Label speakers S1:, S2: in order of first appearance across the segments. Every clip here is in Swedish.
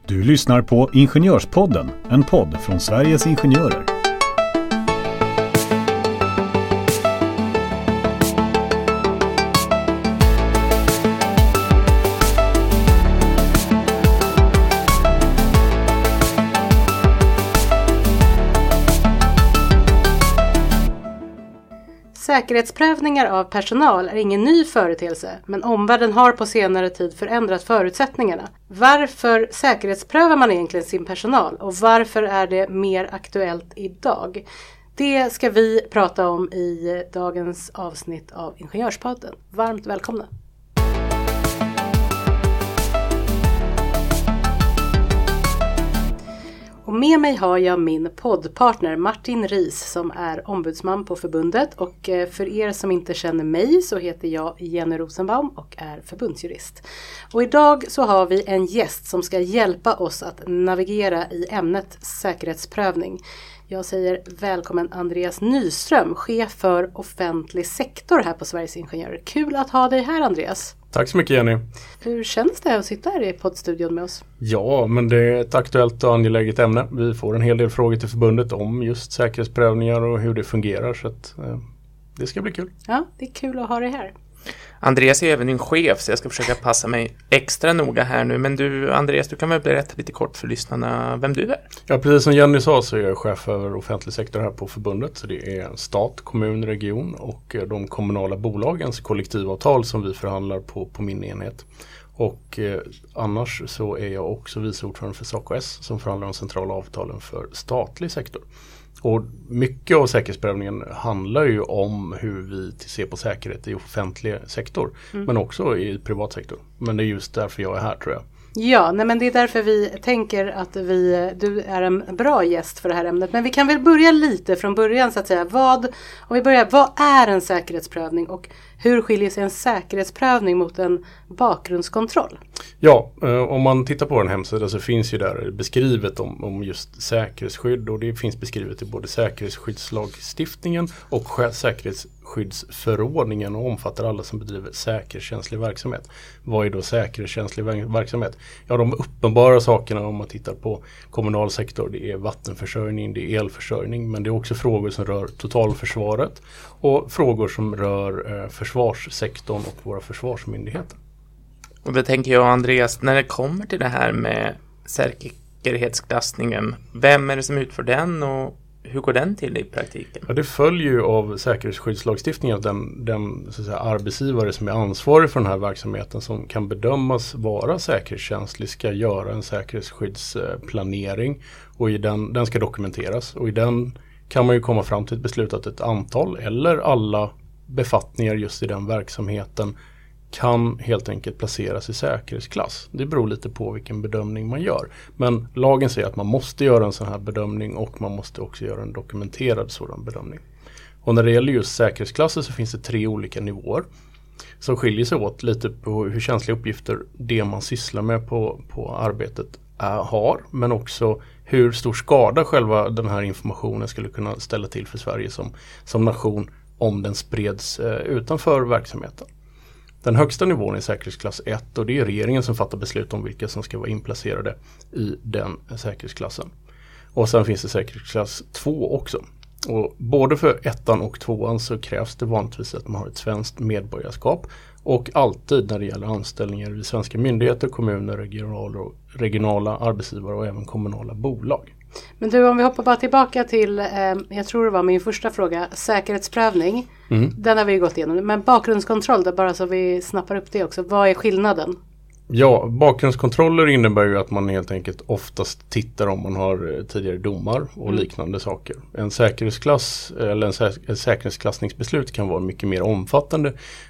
S1: Du lyssnar på Ingenjörspodden, en podd från Sveriges ingenjörer.
S2: Säkerhetsprövningar av personal är ingen ny företeelse, men omvärlden har på senare tid förändrat förutsättningarna. Varför säkerhetsprövar man egentligen sin personal och varför är det mer aktuellt idag? Det ska vi prata om i dagens avsnitt av Ingenjörspodden. Varmt välkomna! Och med mig har jag min poddpartner Martin Ries som är ombudsman på förbundet, och för er som inte känner mig så heter jag Jenny Rosenbaum och är förbundsjurist. Och idag så har vi en gäst som ska hjälpa oss att navigera i ämnet säkerhetsprövning. Jag säger välkommen Andreas Nyström, chef för offentlig sektor här på Sveriges ingenjörer. Kul att ha dig här, Andreas.
S3: Tack så mycket, Jenny.
S2: Hur känns det att sitta här i poddstudion med oss?
S3: Ja, men det är ett aktuellt och angeläget ämne. Vi får en hel del frågor till förbundet om just säkerhetsprövningar och hur det fungerar, så att, det ska bli kul.
S2: Ja, det är kul att ha dig här.
S4: Andreas är även din chef, så jag ska försöka passa mig extra noga här nu. Men du, Andreas, du kan väl berätta lite kort för lyssnarna vem du är?
S3: Ja, precis som Jenny sa så är jag chef över offentlig sektor här på förbundet. Så det är stat, kommun, region och de kommunala bolagens kollektivavtal som vi förhandlar på min enhet. Och annars så är jag också vice ordförande för SACOS som förhandlar om centrala avtalen för statlig sektor. Och mycket av säkerhetsprövningen handlar ju om hur vi ser på säkerhet i offentlig sektor, men också i privat sektor. Men det är just därför jag är här, tror jag.
S2: Ja, men det är därför vi tänker att du är en bra gäst för det här ämnet. Men vi kan väl börja lite från början så att säga. Vad är en säkerhetsprövning och hur skiljer sig en säkerhetsprövning mot en bakgrundskontroll?
S3: Ja, om man tittar på en hemsida så finns ju där beskrivet om just säkerhetsskydd, och det finns beskrivet i både säkerhetsskyddslagstiftningen och säkerhetsskyddsförordningen och omfattar alla som bedriver säkerhetskänslig verksamhet. Vad är då säkerhetskänslig verksamhet? Ja, de uppenbara sakerna om man tittar på kommunal sektor, det är vattenförsörjning, det är elförsörjning, men det är också frågor som rör totalförsvaret och frågor som rör försvarssektorn och våra försvarsmyndigheter.
S4: Och då tänker jag, Andreas, när det kommer till det här med säkerhetsklassningen, vem är det som utför den och hur går den till i praktiken?
S3: Ja, det följer ju av säkerhetsskyddslagstiftningen att den så att säga, arbetsgivare som är ansvarig för den här verksamheten som kan bedömas vara säkerhetskänslig ska göra en säkerhetsskyddsplanering, och i den ska dokumenteras, och i den kan man ju komma fram till ett beslut att ett antal eller alla befattningar just i den verksamheten kan helt enkelt placeras i säkerhetsklass. Det beror lite på vilken bedömning man gör. Men lagen säger att man måste göra en sån här bedömning och man måste också göra en dokumenterad sådan bedömning. Och när det gäller just säkerhetsklasser så finns det 3 olika nivåer som skiljer sig åt lite på hur känsliga uppgifter det man sysslar med på arbetet har, men också hur stor skada själva den här informationen skulle kunna ställa till för Sverige som nation om den spreds utanför verksamheten. Den högsta nivån är säkerhetsklass 1, och det är regeringen som fattar beslut om vilka som ska vara inplacerade i den säkerhetsklassen. Och sen finns det säkerhetsklass 2 också. Och både för 1:an och 2:an så krävs det vanligtvis att man har ett svenskt medborgarskap, och alltid när det gäller anställningar i svenska myndigheter, kommuner, regionala arbetsgivare och även kommunala bolag.
S2: Men du, om vi hoppar bara tillbaka till, jag tror det var min första fråga, säkerhetsprövning. Den har vi ju gått igenom. Men bakgrundskontroll, där bara så vi snappar upp det också. Vad är skillnaden?
S3: Ja, bakgrundskontroller innebär ju att man helt enkelt oftast tittar om man har tidigare domar och liknande saker. En säkerhetsklass eller en säkerhetsklassningsbeslut kan vara mycket mer omfattande,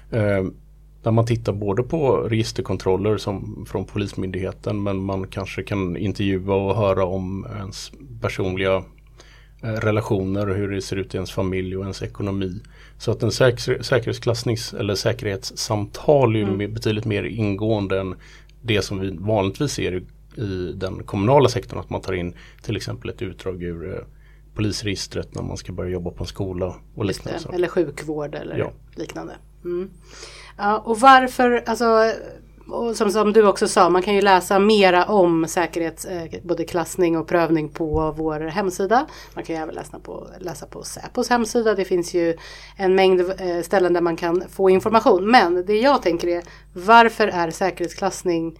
S3: där man tittar både på registerkontroller som från Polismyndigheten, men man kanske kan intervjua och höra om ens personliga relationer och hur det ser ut i ens familj och ens ekonomi. Så att en säkerhetsklassnings- eller säkerhetssamtal är betydligt mer ingående än det som vi vanligtvis ser i den kommunala sektorn, att man tar in till exempel ett utdrag ur polisregistret när man ska börja jobba på en skola och liknande.
S2: Eller sjukvård eller liknande. Ja, och varför, alltså Och som du också sa, man kan ju läsa mera om säkerhet, både klassning och prövning på vår hemsida. Man kan ju även läsa på Säpos hemsida. Det finns ju en mängd ställen där man kan få information. Men det jag tänker är, varför är säkerhetsklassningsfrågor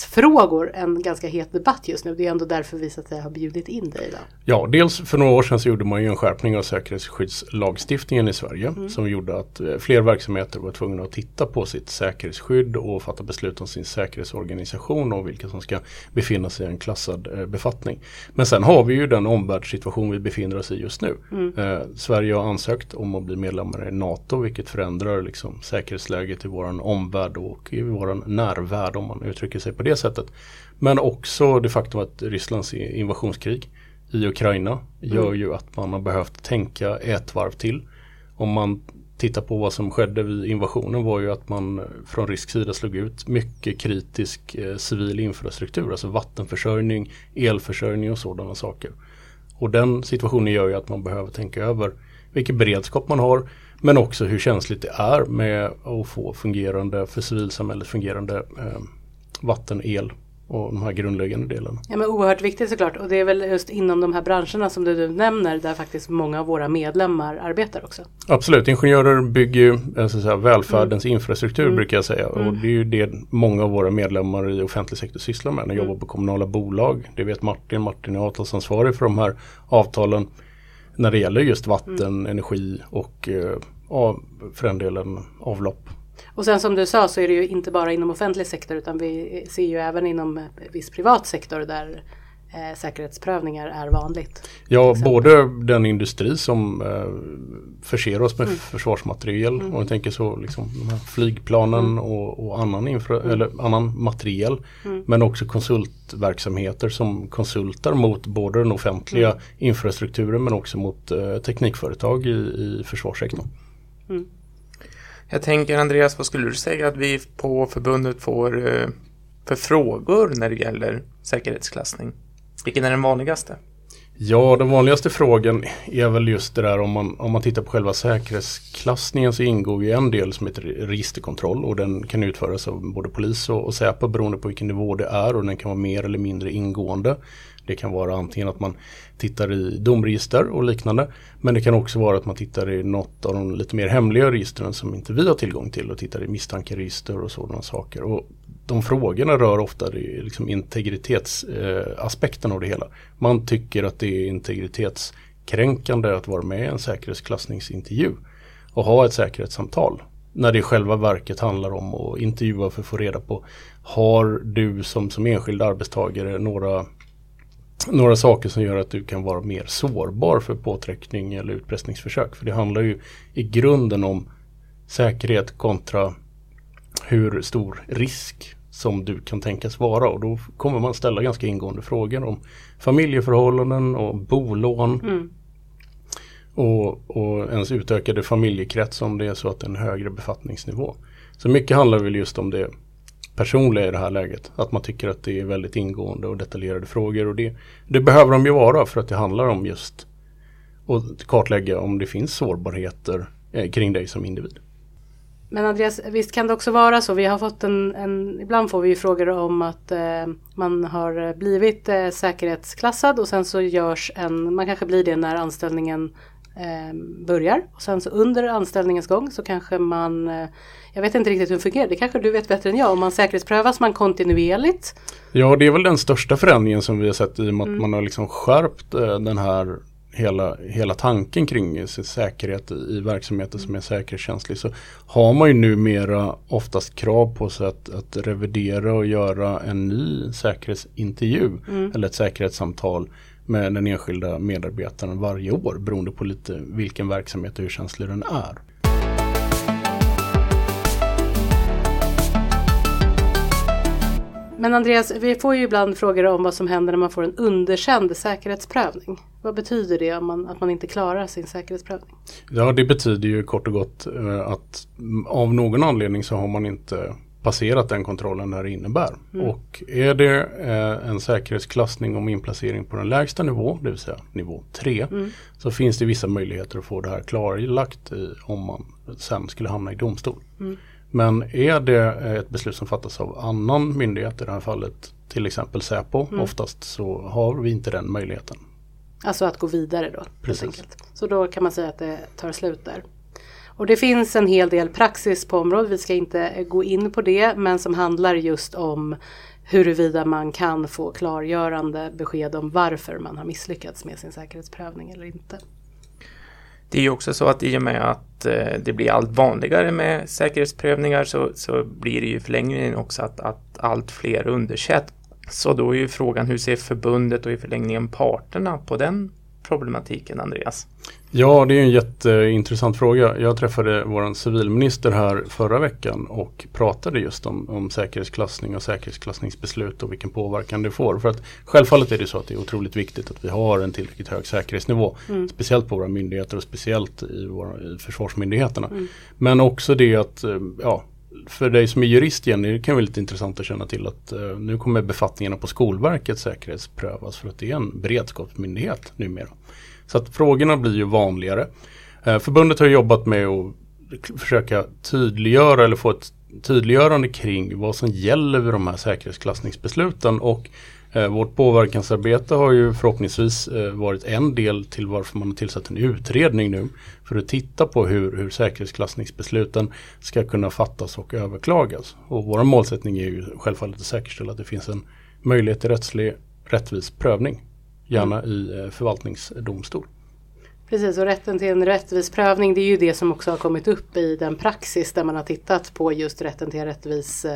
S2: en ganska het debatt just nu? Det är ändå därför vi så att säga har bjudit in dig idag.
S3: Ja, dels för några år sedan så gjorde man ju en skärpning av säkerhetsskyddslagstiftningen i Sverige som gjorde att fler verksamheter var tvungna att titta på sitt säkerhetsskydd och fatta beslut om sin säkerhetsorganisation och vilka som ska befinna sig i en klassad befattning. Men sen har vi ju den omvärldssituation vi befinner oss i just nu. Sverige har ansökt om att bli medlemmar i NATO, vilket förändrar liksom säkerhetsläget i våran omvärld och i våran närvärld, om man uttrycker sig på det sättet. Men också det faktum att Rysslands invasionskrig i Ukraina gör ju att man har behövt tänka ett varv till. Om man tittar på vad som skedde vid invasionen var ju att man från rysk sida slog ut mycket kritisk civil infrastruktur, alltså vattenförsörjning, elförsörjning och sådana saker. Och den situationen gör ju att man behöver tänka över vilken beredskap man har, men också hur känsligt det är med att få fungerande, för civilsamhället fungerande vatten, el och de här grundläggande delarna. Ja, men
S2: oerhört viktigt såklart, och det är väl just inom de här branscherna som du nämner där faktiskt många av våra medlemmar arbetar också.
S3: Absolut, ingenjörer bygger ju så att säga, välfärdens infrastruktur brukar jag säga, och det är ju det många av våra medlemmar i offentlig sektor sysslar med. När jag jobbar på kommunala bolag, det vet Martin är avtalsansvarig för de här avtalen när det gäller just vatten, energi och för den delen avlopp.
S2: Och sen som du sa så är det ju inte bara inom offentlig sektor, utan vi ser ju även inom viss privat sektor där säkerhetsprövningar är vanligt.
S3: Ja, både den industri som förser oss med försvarsmateriel, och jag tänker så liksom de här flygplanen och annan eller annan materiel, men också konsultverksamheter som konsultar mot både den offentliga infrastrukturen men också mot teknikföretag i försvarssektorn.
S4: Jag tänker, Andreas, vad skulle du säga att vi på förbundet får för frågor när det gäller säkerhetsklassning? Vilken är den vanligaste?
S3: Ja, den vanligaste frågan är väl just det där, om man tittar på själva säkerhetsklassningen så ingår ju en del som heter registerkontroll, och den kan utföras av både polis och Säpo beroende på vilken nivå det är, och den kan vara mer eller mindre ingående. Det kan vara antingen att man tittar i domregister och liknande, men det kan också vara att man tittar i något av de lite mer hemliga registren som inte vi har tillgång till och tittar i misstankeregister och sådana saker. Och de frågorna rör ofta liksom integritetsaspekten av det hela. Man tycker att det är integritetskränkande att vara med i en säkerhetsklassningsintervju och ha ett säkerhetssamtal. När det i själva verket handlar om att intervjua för att få reda på, har du som enskild arbetstagare några saker som gör att du kan vara mer sårbar för påtryckning eller utpressningsförsök. För det handlar ju i grunden om säkerhet kontra hur stor risk som du kan tänkas vara. Och då kommer man ställa ganska ingående frågor om familjeförhållanden och bolån och ens utökade familjekrets om det är så att det är en högre befattningsnivå. Så mycket handlar väl just om det personliga i det här läget. Att man tycker att det är väldigt ingående och detaljerade frågor, och det behöver de ju vara, för att det handlar om just att kartlägga om det finns sårbarheter kring dig som individ.
S2: Men Andreas, visst kan det också vara så, vi har fått ibland får vi ju frågor om att man har blivit säkerhetsklassad och sen så man kanske blir det när anställningen börjar, och sen så under anställningens gång så kanske jag vet inte riktigt hur det fungerar, det kanske du vet bättre än jag, om man säkerhetsprövas man kontinuerligt.
S3: Ja, det är väl den största förändringen som vi har sett i och med att man har liksom skärpt den här hela tanken kring säkerhet i verksamheter som är säkerhetskänslig, så har man ju numera oftast krav på sig att revidera och göra en ny säkerhetsintervju eller ett säkerhetssamtal med den enskilda medarbetaren varje år, beroende på lite vilken verksamhet och hur känslig den är.
S2: Men Andreas, vi får ju ibland frågor om vad som händer när man får en underkänd säkerhetsprövning. Vad betyder det att man inte klarar sin säkerhetsprövning?
S3: Ja, det betyder ju kort och gott att av någon anledning så har man inte passerat den kontrollen där det innebär. Och är det en säkerhetsklassning om inplacering på den lägsta nivå, det vill säga nivå 3, så finns det vissa möjligheter att få det här klarlagt om man sen skulle hamna i domstol. Men är det ett beslut som fattas av annan myndighet, i det här fallet till exempel Säpo, oftast så har vi inte den möjligheten.
S2: Alltså att gå vidare då.
S3: Precis.
S2: Så då kan man säga att det tar slut där. Och det finns en hel del praxis på området, vi ska inte gå in på det, men som handlar just om huruvida man kan få klargörande besked om varför man har misslyckats med sin säkerhetsprövning eller inte.
S4: Det är ju också så att i och med att det blir allt vanligare med säkerhetsprövningar så blir det ju förlängningen också att allt fler underkänt. Så då är ju frågan, hur ser förbundet och i förlängningen parterna på den problematiken, Andreas?
S3: Ja, det är en jätteintressant fråga. Jag träffade vår civilminister här förra veckan och pratade just om säkerhetsklassning och säkerhetsklassningsbeslut och vilken påverkan det får. För att självfallet är det så att det är otroligt viktigt att vi har en tillräckligt hög säkerhetsnivå. Speciellt på våra myndigheter och speciellt i försvarsmyndigheterna. Men också det att, för dig som är jurist, Jenny, det kan vara lite intressant att känna till att nu kommer befattningarna på Skolverket säkerhetsprövas för att det är en beredskapsmyndighet numera. Så att frågorna blir ju vanligare. Förbundet har jobbat med att försöka tydliggöra eller få ett tydliggörande kring vad som gäller vid de här säkerhetsklassningsbesluten, och vårt påverkansarbete har ju förhoppningsvis varit en del till varför man har tillsatt en utredning nu för att titta på hur säkerhetsklassningsbesluten ska kunna fattas och överklagas. Och vår målsättning är ju självfallet att säkerställa att det finns en möjlighet till rättvis prövning, gärna i förvaltningsdomstol.
S2: Precis, och rätten till en rättvis prövning, det är ju det som också har kommit upp i den praxis där man har tittat på just rätten till en rättvis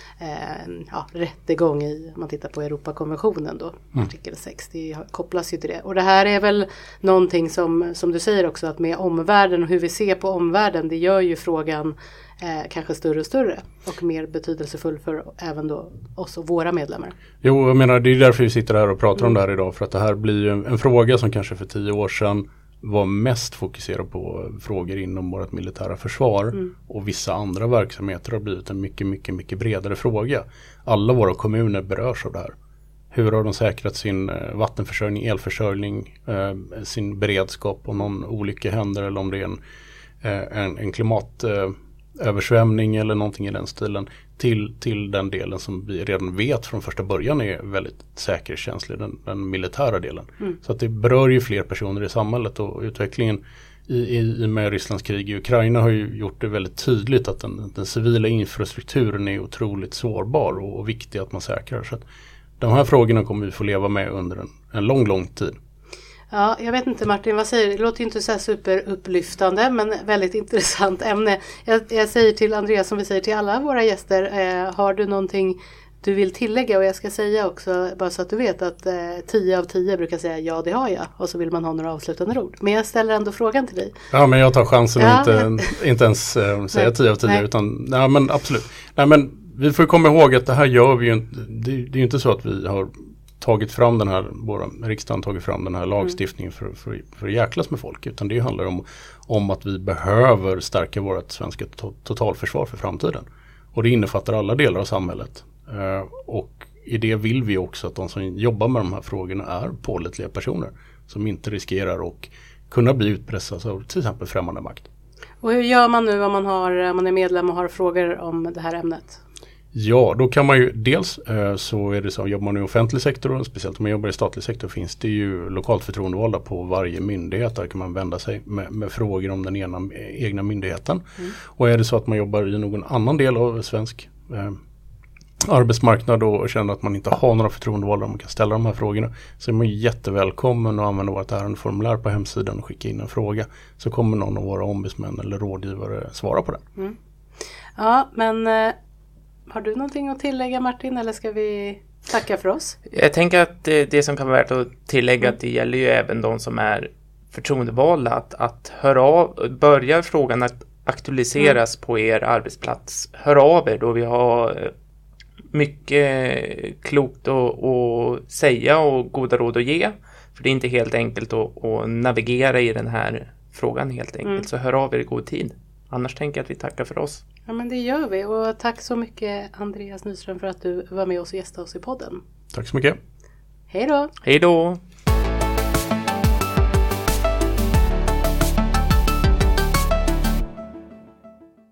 S2: rättegång man tittar på Europakonventionen då, artikel 6, det kopplas ju till det. Och det här är väl någonting som du säger också, att med omvärlden och hur vi ser på omvärlden, det gör ju frågan kanske större och större och mer betydelsefull för även då oss och våra medlemmar.
S3: Jo, jag menar, det är därför vi sitter här och pratar om det här idag, för att det här blir ju en fråga som kanske för 10 år sedan var mest fokuserad på frågor inom vårt militära försvar, och vissa andra verksamheter har blivit en mycket, mycket, mycket bredare fråga. Alla våra kommuner berörs av det här. Hur har de säkrat sin vattenförsörjning, elförsörjning, sin beredskap om någon olycka händer, eller om det är en klimatöversvämning eller någonting i den stilen, till den delen som vi redan vet från första början är väldigt säkerhetskänslig, den militära delen. Så att det berör ju fler personer i samhället, och utvecklingen i med Rysslands krig i Ukraina har ju gjort det väldigt tydligt att den civila infrastrukturen är otroligt sårbar och viktig att man säkrar. Så att de här frågorna kommer vi få leva med under en lång, lång tid.
S2: Ja, jag vet inte Martin, vad säger du? Det låter ju inte så här superupplyftande, men väldigt intressant ämne. Jag säger till Andreas, som vi säger till alla våra gäster, har du någonting du vill tillägga? Och jag ska säga också, bara så att du vet, att 10 av 10 brukar säga ja, det har jag. Och så vill man ha några avslutande ord. Men jag ställer ändå frågan till dig.
S3: Ja, men jag tar chansen att inte ens säga 10 av 10.
S2: Nej.
S3: Utan, nej, men absolut. Nej, men vi får komma ihåg att det här gör vi ju inte. Det är ju inte så att vi har tagit fram den här, riksdagen tagit fram den här lagstiftningen för att jäklas med folk, utan det handlar om att vi behöver stärka vårt svenska totalförsvar för framtiden, och det innefattar alla delar av samhället, och i det vill vi också att de som jobbar med de här frågorna är pålitliga personer som inte riskerar att kunna bli utpressade av till exempel främmande makt. Och
S2: hur gör man nu om man är medlem och har frågor om det här ämnet?
S3: Ja, då kan man ju dels så är det så, jobbar man i offentlig sektor, och speciellt om man jobbar i statlig sektor, finns det ju lokalt förtroendevalda på varje myndighet. Där kan man vända sig med frågor om den egna myndigheten. Och är det så att man jobbar i någon annan del av svensk arbetsmarknad och känner att man inte har några förtroendevalda och man kan ställa de här frågorna, så är man jättevälkommen att använda vårt ärendeformulär på hemsidan och skicka in en fråga, så kommer någon av våra ombudsmän eller rådgivare svara på den.
S2: Ja, men har du någonting att tillägga, Martin, eller ska vi tacka för oss?
S4: Jag tänker att det som kan vara värt att tillägga, att det gäller ju även de som är förtroendevalda, att höra av, börjar frågan att aktualiseras på er arbetsplats. Hör av er då, vi har mycket klokt att säga och goda råd att ge. För det är inte helt enkelt att navigera i den här frågan helt enkelt. Så hör av er i god tid. Annars tänker jag att vi tackar för oss.
S2: Ja, men det gör vi. Och tack så mycket, Andreas Nyström, för att du var med oss och gästade oss i podden.
S3: Tack så mycket.
S2: Hej då!
S4: Hej då!